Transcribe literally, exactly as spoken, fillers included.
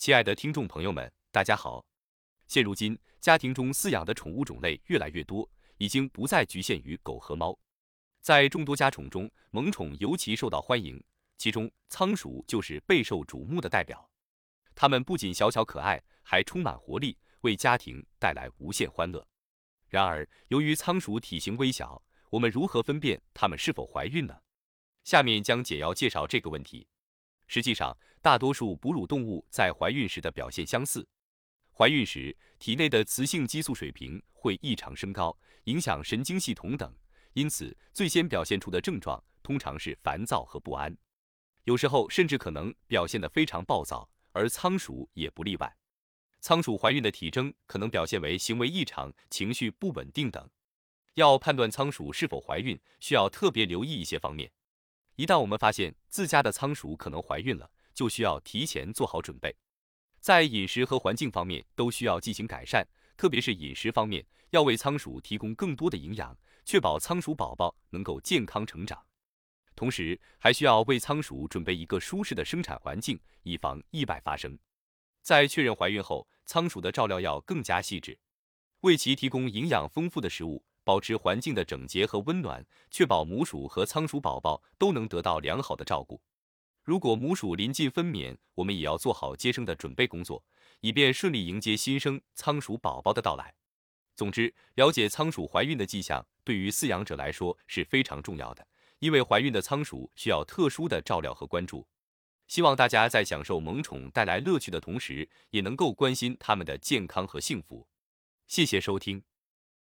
亲爱的听众朋友们，大家好。现如今，家庭中饲养的宠物种类越来越多，已经不再局限于狗和猫。在众多家宠中，萌宠尤其受到欢迎，其中仓鼠就是备受瞩目的代表。它们不仅小巧可爱，还充满活力，为家庭带来无限欢乐。然而，由于仓鼠体型微小，我们如何分辨它们是否怀孕呢？下面将简要介绍这个问题。实际上，大多数哺乳动物在怀孕时的表现相似。怀孕时，体内的雌性激素水平会异常升高，影响神经系统等，因此最先表现出的症状通常是烦躁和不安，有时候甚至可能表现得非常暴躁，而仓鼠也不例外。仓鼠怀孕的体征可能表现为行为异常、情绪不稳定等。要判断仓鼠是否怀孕，需要特别留意一些方面。一旦我们发现自家的仓鼠可能怀孕了，就需要提前做好准备。在饮食和环境方面都需要进行改善，特别是饮食方面，要为仓鼠提供更多的营养，确保仓鼠宝宝能够健康成长。同时，还需要为仓鼠准备一个舒适的生产环境，以防意外发生。在确认怀孕后，仓鼠的照料要更加细致，为其提供营养丰富的食物，保持环境的整洁和温暖，确保母鼠和仓鼠宝宝都能得到良好的照顾。如果母鼠临近分娩，我们也要做好接生的准备工作，以便顺利迎接新生仓鼠宝宝的到来。总之，了解仓鼠怀孕的迹象对于饲养者来说是非常重要的，因为怀孕的仓鼠需要特殊的照料和关注。希望大家在享受萌宠带来乐趣的同时，也能够关心它们的健康和幸福。谢谢收听。